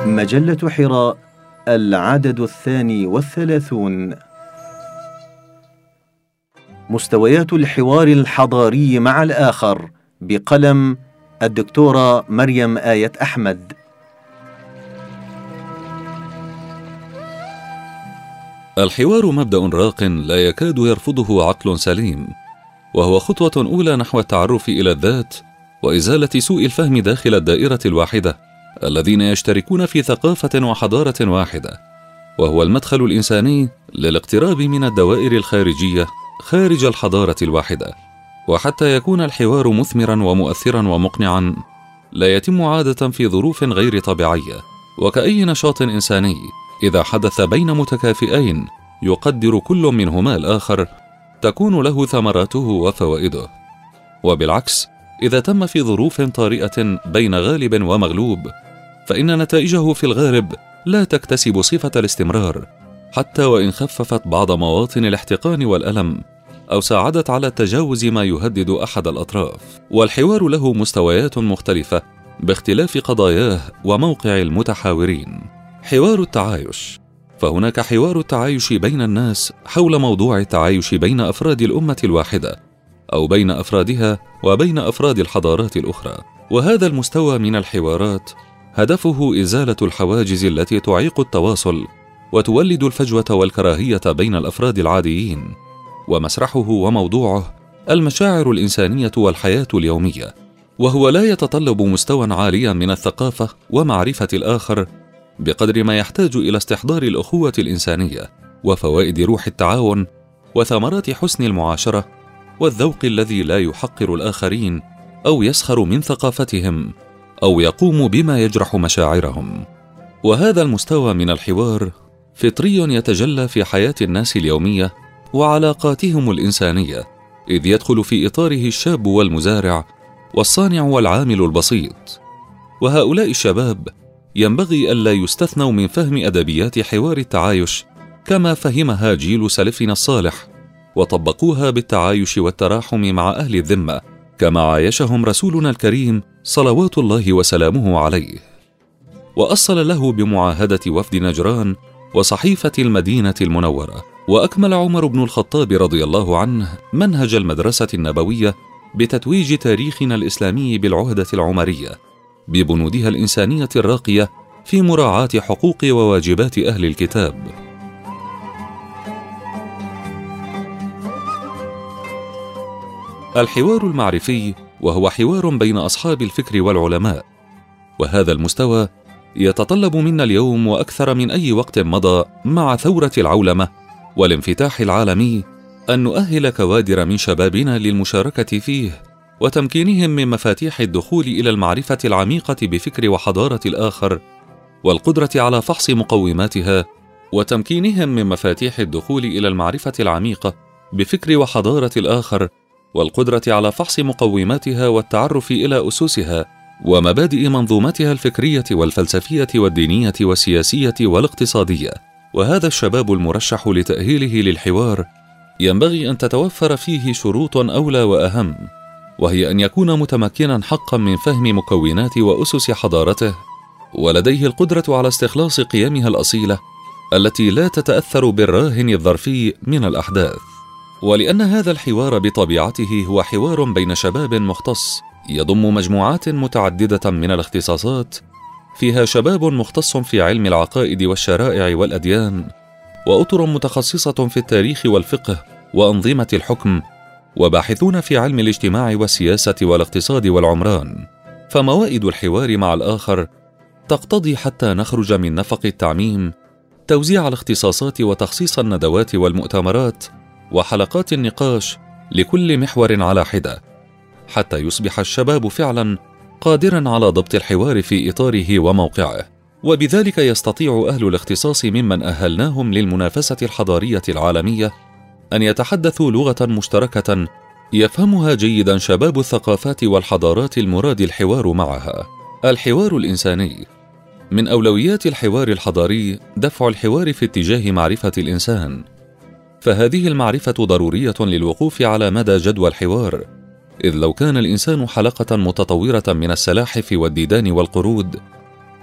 مجلة حراء، العدد 32. مستويات الحوار الحضاري مع الآخر، بقلم الدكتورة مريم آية أحمد. الحوار مبدأ راق لا يكاد يرفضه عقل سليم، وهو خطوة أولى نحو التعرف إلى الذات وإزالة سوء الفهم داخل الدائرة الواحدة الذين يشتركون في ثقافة وحضارة واحدة، وهو المدخل الإنساني للاقتراب من الدوائر الخارجية خارج الحضارة الواحدة. وحتى يكون الحوار مثمرا ومؤثرا ومقنعا لا يتم عادة في ظروف غير طبيعية، وكأي نشاط إنساني إذا حدث بين متكافئين يقدر كل منهما الآخر تكون له ثمراته وفوائده. وبالعكس، إذا تم في ظروف طارئة بين غالب ومغلوب فإن نتائجه في الغالب لا تكتسب صفة الاستمرار، حتى وإن خففت بعض مواطن الاحتقان والألم أو ساعدت على تجاوز ما يهدد أحد الأطراف. والحوار له مستويات مختلفة باختلاف قضاياه وموقع المتحاورين. حوار التعايش، فهناك حوار التعايش بين الناس حول موضوع التعايش بين أفراد الأمة الواحدة أو بين أفرادها وبين أفراد الحضارات الأخرى. وهذا المستوى من الحوارات هدفه إزالة الحواجز التي تعيق التواصل وتولد الفجوة والكراهية بين الأفراد العاديين، ومسرحه وموضوعه المشاعر الإنسانية والحياة اليومية، وهو لا يتطلب مستوى عاليا من الثقافة ومعرفة الآخر بقدر ما يحتاج إلى استحضار الأخوة الإنسانية وفوائد روح التعاون وثمرات حسن المعاشرة والذوق الذي لا يحقر الآخرين أو يسخر من ثقافتهم أو يقوم بما يجرح مشاعرهم. وهذا المستوى من الحوار فطري يتجلى في حياة الناس اليومية وعلاقاتهم الإنسانية، إذ يدخل في إطاره الشاب والمزارع والصانع والعامل البسيط. وهؤلاء الشباب ينبغي ألا يستثنوا من فهم أدبيات حوار التعايش كما فهمها جيل سلفنا الصالح، وطبقوها بالتعايش والتراحم مع أهل الذمة كما عايشهم رسولنا الكريم صلوات الله وسلامه عليه. وأصل له بمعاهدة وفد نجران وصحيفة المدينة المنورة. وأكمل عمر بن الخطاب رضي الله عنه منهج المدرسة النبوية بتتويج تاريخنا الإسلامي بالعهدة العمرية ببنودها الإنسانية الراقية في مراعاة حقوق وواجبات أهل الكتاب. الحوار المعرفي، وهو حوار بين أصحاب الفكر والعلماء، وهذا المستوى يتطلب منا اليوم وأكثر من أي وقت مضى مع ثورة العولمة والانفتاح العالمي أن نؤهل كوادر من شبابنا للمشاركة فيه وتمكينهم من مفاتيح الدخول إلى المعرفة العميقة بفكر وحضارة الآخر والقدرة على فحص مقوماتها، وتمكينهم من مفاتيح الدخول إلى المعرفة العميقة بفكر وحضارة الآخر والقدرة على فحص مقوماتها والتعرف إلى أسسها ومبادئ منظومتها الفكرية والفلسفية والدينية والسياسية والاقتصادية. وهذا الشباب المرشح لتأهيله للحوار ينبغي أن تتوفر فيه شروط أولى وأهم، وهي أن يكون متمكنا حقا من فهم مكونات وأسس حضارته، ولديه القدرة على استخلاص قيمها الأصيلة التي لا تتأثر بالراهن الظرفي من الأحداث. ولأن هذا الحوار بطبيعته هو حوار بين شباب مختص يضم مجموعات متعددة من الاختصاصات، فيها شباب مختص في علم العقائد والشرائع والأديان، وأطر متخصصة في التاريخ والفقه وأنظمة الحكم، وباحثون في علم الاجتماع والسياسة والاقتصاد والعمران. فموائد الحوار مع الآخر تقتضي حتى نخرج من نفق التعميم توزيع الاختصاصات وتخصيص الندوات والمؤتمرات وحلقات النقاش لكل محور على حدة، حتى يصبح الشباب فعلا قادرا على ضبط الحوار في إطاره وموقعه. وبذلك يستطيع أهل الاختصاص ممن أهلناهم للمنافسة الحضارية العالمية أن يتحدثوا لغة مشتركة يفهمها جيدا شباب الثقافات والحضارات المراد الحوار معها. الحوار الإنساني، من أولويات الحوار الحضاري دفع الحوار في اتجاه معرفة الإنسان، فهذه المعرفة ضرورية للوقوف على مدى جدوى الحوار، إذ لو كان الإنسان حلقة متطورة من السلاحف والديدان والقرود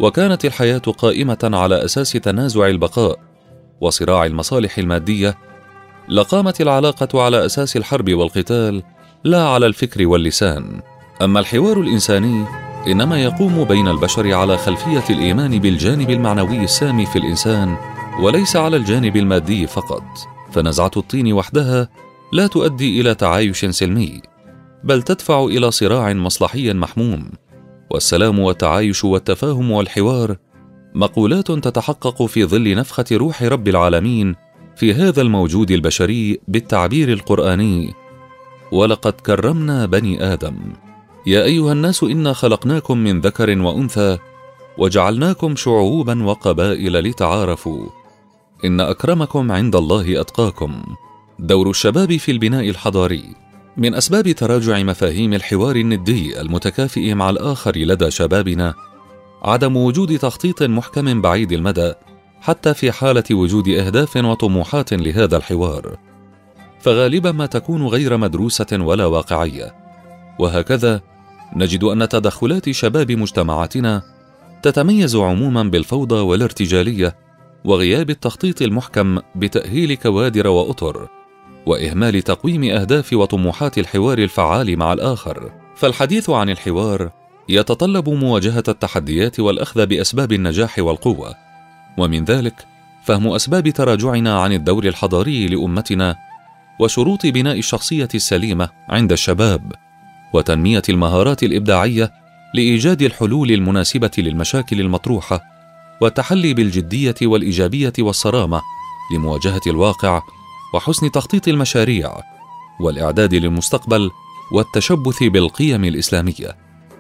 وكانت الحياة قائمة على أساس تنازع البقاء وصراع المصالح المادية، لقامت العلاقة على أساس الحرب والقتال لا على الفكر واللسان. أما الحوار الإنساني إنما يقوم بين البشر على خلفية الإيمان بالجانب المعنوي السامي في الإنسان، وليس على الجانب المادي فقط. فنزعة الطين وحدها لا تؤدي إلى تعايش سلمي، بل تدفع إلى صراع مصلحي محموم. والسلام والتعايش والتفاهم والحوار مقولات تتحقق في ظل نفخة روح رب العالمين في هذا الموجود البشري بالتعبير القرآني: ولقد كرمنا بني آدم. يا أيها الناس إنا خلقناكم من ذكر وأنثى وجعلناكم شعوبا وقبائل لتعارفوا إن أكرمكم عند الله أتقاكم. دور الشباب في البناء الحضاري. من أسباب تراجع مفاهيم الحوار الندي المتكافئ مع الآخر لدى شبابنا عدم وجود تخطيط محكم بعيد المدى حتى في حالة وجود أهداف وطموحات لهذا الحوار، فغالبا ما تكون غير مدروسة ولا واقعية. وهكذا نجد أن تدخلات شباب مجتمعاتنا تتميز عموما بالفوضى والارتجالية وغياب التخطيط المحكم بتأهيل كوادر وأطر، وإهمال تقويم أهداف وطموحات الحوار الفعال مع الآخر. فالحديث عن الحوار يتطلب مواجهة التحديات والأخذ بأسباب النجاح والقوة، ومن ذلك فهم أسباب تراجعنا عن الدور الحضاري لأمتنا، وشروط بناء الشخصية السليمة عند الشباب، وتنمية المهارات الإبداعية لإيجاد الحلول المناسبة للمشاكل المطروحة، والتحلي بالجدية والإيجابية والصرامة لمواجهة الواقع، وحسن تخطيط المشاريع، والإعداد للمستقبل، والتشبث بالقيم الإسلامية.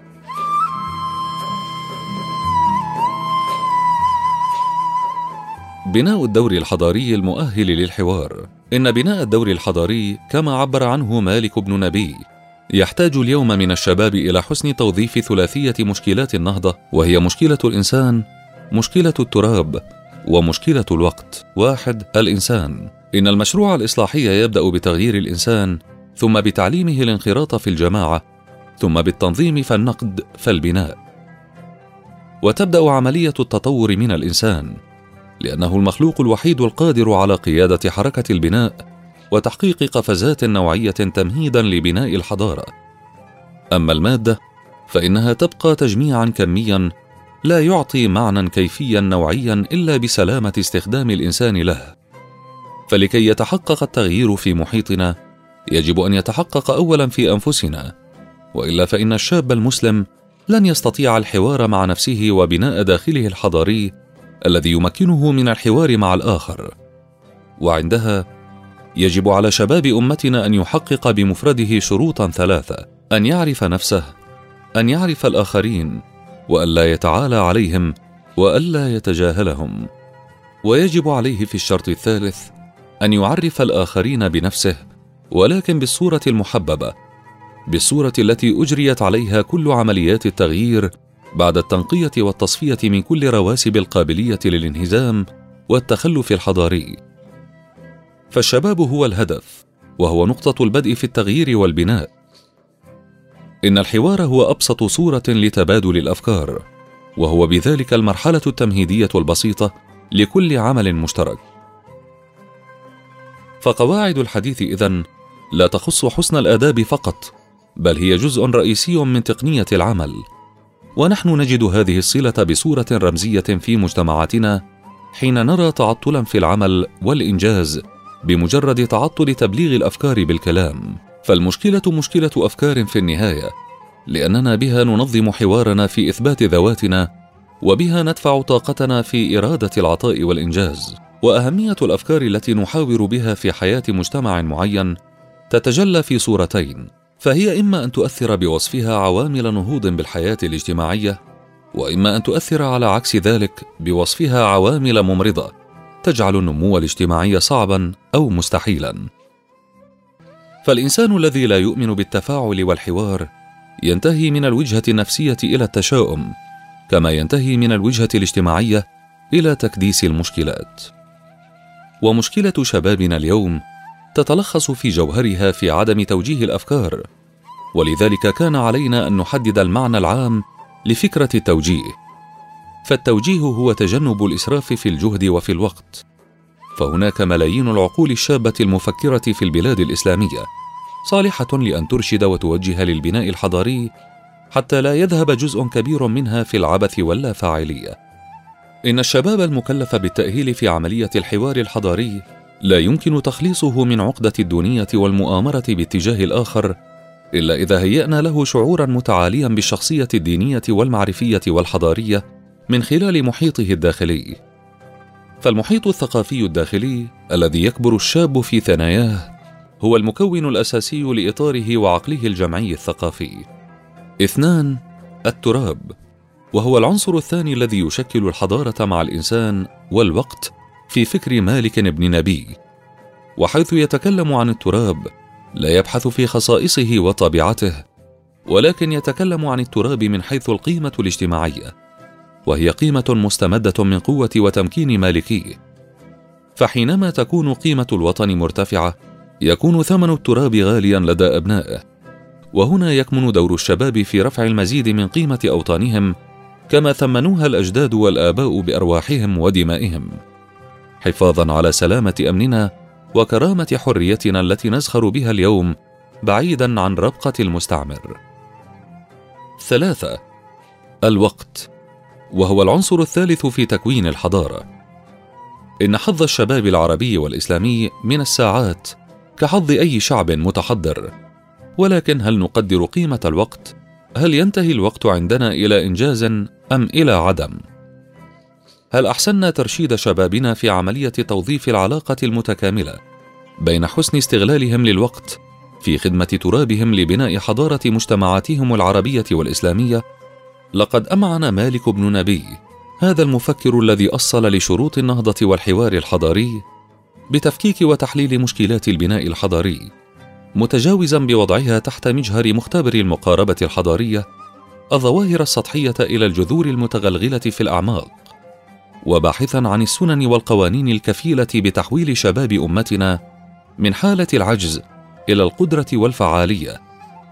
بناء الدور الحضاري المؤهل للحوار. إن بناء الدور الحضاري كما عبر عنه مالك بن نبي يحتاج اليوم من الشباب إلى حسن توظيف ثلاثية مشكلات النهضة، وهي مشكلة الإنسان، مشكلة التراب، ومشكلة الوقت. 1. الإنسان. إن المشروع الإصلاحي يبدأ بتغيير الإنسان، ثم بتعليمه الانخراط في الجماعة، ثم بالتنظيم فالنقد فالبناء. وتبدأ عملية التطور من الإنسان، لأنه المخلوق الوحيد القادر على قيادة حركة البناء وتحقيق قفزات نوعية تمهيدا لبناء الحضارة. أما المادة فإنها تبقى تجميعا كميا لا يعطي معنى كيفيا نوعيا إلا بسلامة استخدام الإنسان له. فلكي يتحقق التغيير في محيطنا يجب أن يتحقق أولا في أنفسنا، وإلا فإن الشاب المسلم لن يستطيع الحوار مع نفسه وبناء داخله الحضاري الذي يمكنه من الحوار مع الآخر. وعندها يجب على شباب أمتنا أن يحقق بمفرده شروطا 3: أن يعرف نفسه، أن يعرف الآخرين، وألا يتعالى عليهم، وألا يتجاهلهم. ويجب عليه في الشرط الثالث أن يعرف الآخرين بنفسه، ولكن بالصورة المحببة، بالصورة التي أجريت عليها كل عمليات التغيير بعد التنقية والتصفية من كل رواسب القابلية للانهزام والتخلف الحضاري. فالشباب هو الهدف، وهو نقطة البدء في التغيير والبناء. إن الحوار هو أبسط صورة لتبادل الأفكار، وهو بذلك المرحلة التمهيدية البسيطة لكل عمل مشترك. فقواعد الحديث إذن لا تخص حسن الآداب فقط، بل هي جزء رئيسي من تقنية العمل. ونحن نجد هذه الصلة بصورة رمزية في مجتمعاتنا حين نرى تعطلا في العمل والإنجاز بمجرد تعطل تبليغ الأفكار بالكلام. فالمشكلة مشكلة أفكار في النهاية، لأننا بها ننظم حوارنا في إثبات ذواتنا، وبها ندفع طاقتنا في إرادة العطاء والإنجاز. وأهمية الأفكار التي نحاور بها في حياة مجتمع معين تتجلى في صورتين: فهي إما أن تؤثر بوصفها عوامل نهوض بالحياة الاجتماعية، وإما أن تؤثر على عكس ذلك بوصفها عوامل ممرضة تجعل النمو الاجتماعي صعبا أو مستحيلا. فالإنسان الذي لا يؤمن بالتفاعل والحوار ينتهي من الوجهة النفسية إلى التشاؤم، كما ينتهي من الوجهة الاجتماعية إلى تكديس المشكلات. ومشكلة شبابنا اليوم تتلخص في جوهرها في عدم توجيه الأفكار، ولذلك كان علينا أن نحدد المعنى العام لفكرة التوجيه. فالتوجيه هو تجنب الإسراف في الجهد وفي الوقت. فهناك ملايين العقول الشابة المفكرة في البلاد الإسلامية، صالحة لأن ترشد وتوجه للبناء الحضاري، حتى لا يذهب جزء كبير منها في العبث واللافاعلية. إن الشباب المكلف بالتأهيل في عملية الحوار الحضاري لا يمكن تخليصه من عقدة الدونية والمؤامرة باتجاه الآخر إلا إذا هيأنا له شعورا متعاليا بالشخصية الدينية والمعرفية والحضارية من خلال محيطه الداخلي. فالمحيط الثقافي الداخلي الذي يكبر الشاب في ثناياه هو المكون الأساسي لإطاره وعقله الجمعي الثقافي. 2. التراب، وهو العنصر الثاني الذي يشكل الحضارة مع الإنسان والوقت في فكر مالك بن نبي. وحيث يتكلم عن التراب لا يبحث في خصائصه وطبيعته، ولكن يتكلم عن التراب من حيث القيمة الاجتماعية، وهي قيمة مستمدة من قوة وتمكين مالكيه. فحينما تكون قيمة الوطن مرتفعة يكون ثمن التراب غاليا لدى أبنائه، وهنا يكمن دور الشباب في رفع المزيد من قيمة أوطانهم كما ثمنوها الأجداد والآباء بأرواحهم ودمائهم، حفاظا على سلامة أمننا وكرامة حريتنا التي نزخر بها اليوم بعيدا عن ربقة المستعمر. 3. الوقت، وهو العنصر الثالث في تكوين الحضارة. إن حظ الشباب العربي والإسلامي من الساعات كحظ أي شعب متحضر، ولكن هل نقدر قيمة الوقت؟ هل ينتهي الوقت عندنا إلى إنجاز أم إلى عدم؟ هل أحسننا ترشيد شبابنا في عملية توظيف العلاقة المتكاملة بين حسن استغلالهم للوقت في خدمة ترابهم لبناء حضارة مجتمعاتهم العربية والإسلامية؟ لقد أمعن مالك بن نبي، هذا المفكر الذي أصل لشروط النهضة والحوار الحضاري، بتفكيك وتحليل مشكلات البناء الحضاري، متجاوزا بوضعها تحت مجهر مختبر المقاربة الحضارية الظواهر السطحية إلى الجذور المتغلغلة في الأعماق، وباحثا عن السنن والقوانين الكفيلة بتحويل شباب أمتنا من حالة العجز إلى القدرة والفعالية،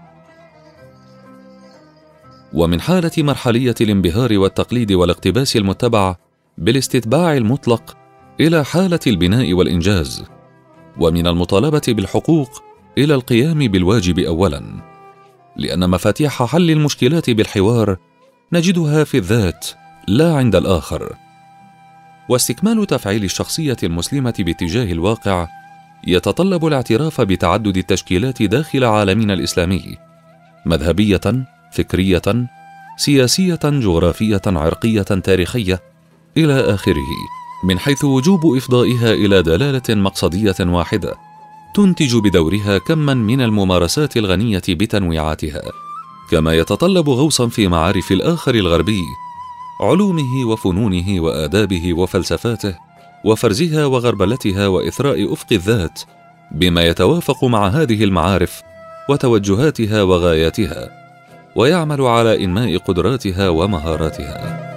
ومن حالة مرحلية الانبهار والتقليد والاقتباس المتبع بالاستتباع المطلق إلى حالة البناء والإنجاز، ومن المطالبة بالحقوق إلى القيام بالواجب أولا، لأن مفاتيح حل المشكلات بالحوار نجدها في الذات لا عند الآخر. واستكمال تفعيل الشخصية المسلمة باتجاه الواقع يتطلب الاعتراف بتعدد التشكيلات داخل عالمنا الإسلامي، مذهبية، فكرية، سياسية، جغرافية، عرقية، تاريخية إلى آخره، من حيث وجوب إفضائها إلى دلالة مقصدية واحدة تنتج بدورها كما من الممارسات الغنية بتنويعاتها، كما يتطلب غوصا في معارف الآخر الغربي، علومه وفنونه وآدابه وفلسفاته وفرزها وغربلتها وإثراء أفق الذات بما يتوافق مع هذه المعارف وتوجهاتها وغاياتها، ويعمل على إنماء قدراتها ومهاراتها.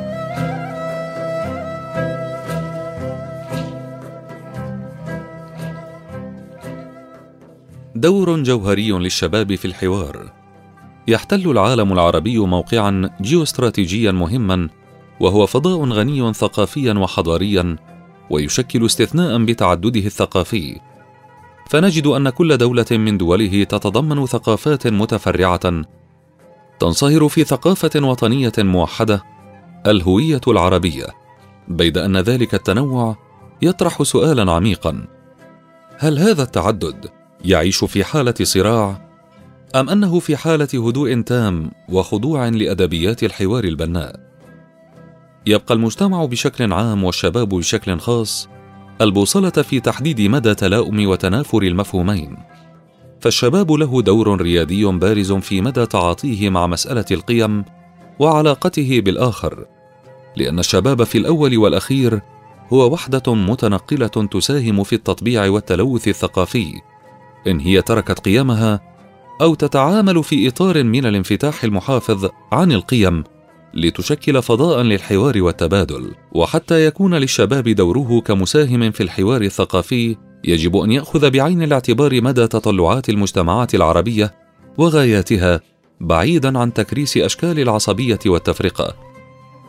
دور جوهري للشباب في الحوار. يحتل العالم العربي موقعا جيوستراتيجيا مهما، وهو فضاء غني ثقافيا وحضاريا، ويشكل استثناء بتعدده الثقافي، فنجد أن كل دولة من دوله تتضمن ثقافات متفرعة تنصهر في ثقافة وطنية موحدة، الهوية العربية، بيد أن ذلك التنوع يطرح سؤالا عميقا: هل هذا التعدد يعيش في حالة صراع، أم أنه في حالة هدوء تام وخضوع لأدبيات الحوار البناء؟ يبقى المجتمع بشكل عام والشباب بشكل خاص البوصلة في تحديد مدى تلاؤم وتنافر المفهومين، فالشباب له دور ريادي بارز في مدى تعاطيه مع مسألة القيم وعلاقته بالآخر، لأن الشباب في الأول والأخير هو وحدة متنقلة تساهم في التطبيع والتلوث الثقافي، إن هي تركت قيمها أو تتعامل في إطار من الانفتاح المحافظ عن القيم لتشكل فضاء للحوار والتبادل. وحتى يكون للشباب دوره كمساهم في الحوار الثقافي يجب أن يأخذ بعين الاعتبار مدى تطلعات المجتمعات العربية وغاياتها، بعيدا عن تكريس أشكال العصبية والتفرقة،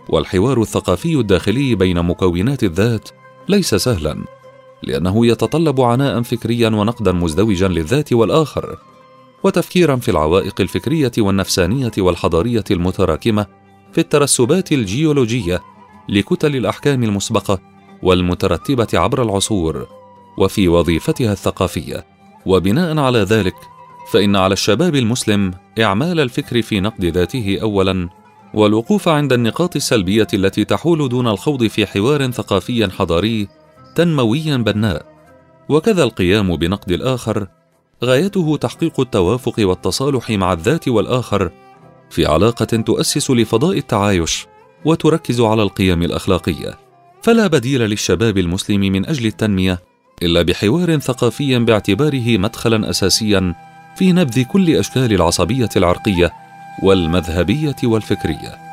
والحوار الثقافي الداخلي بين مكونات الذات ليس سهلا، لأنه يتطلب عناء فكريا ونقدا مزدوجا للذات والآخر، وتفكيرا في العوائق الفكرية والنفسانية والحضارية المتراكمة في الترسبات الجيولوجية لكتل الأحكام المسبقة والمترتبة عبر العصور، وفي وظيفتها الثقافية. وبناء على ذلك، فإن على الشباب المسلم إعمال الفكر في نقد ذاته أولا، والوقوف عند النقاط السلبية التي تحول دون الخوض في حوار ثقافي حضاري تنموي بناء، وكذا القيام بنقد الآخر غايته تحقيق التوافق والتصالح مع الذات والآخر في علاقة تؤسس لفضاء التعايش وتركز على القيم الأخلاقية. فلا بديل للشباب المسلم من أجل التنمية إلا بحوار ثقافي باعتباره مدخلا أساسيا في نبذ كل أشكال العصبية العرقية والمذهبية والفكرية.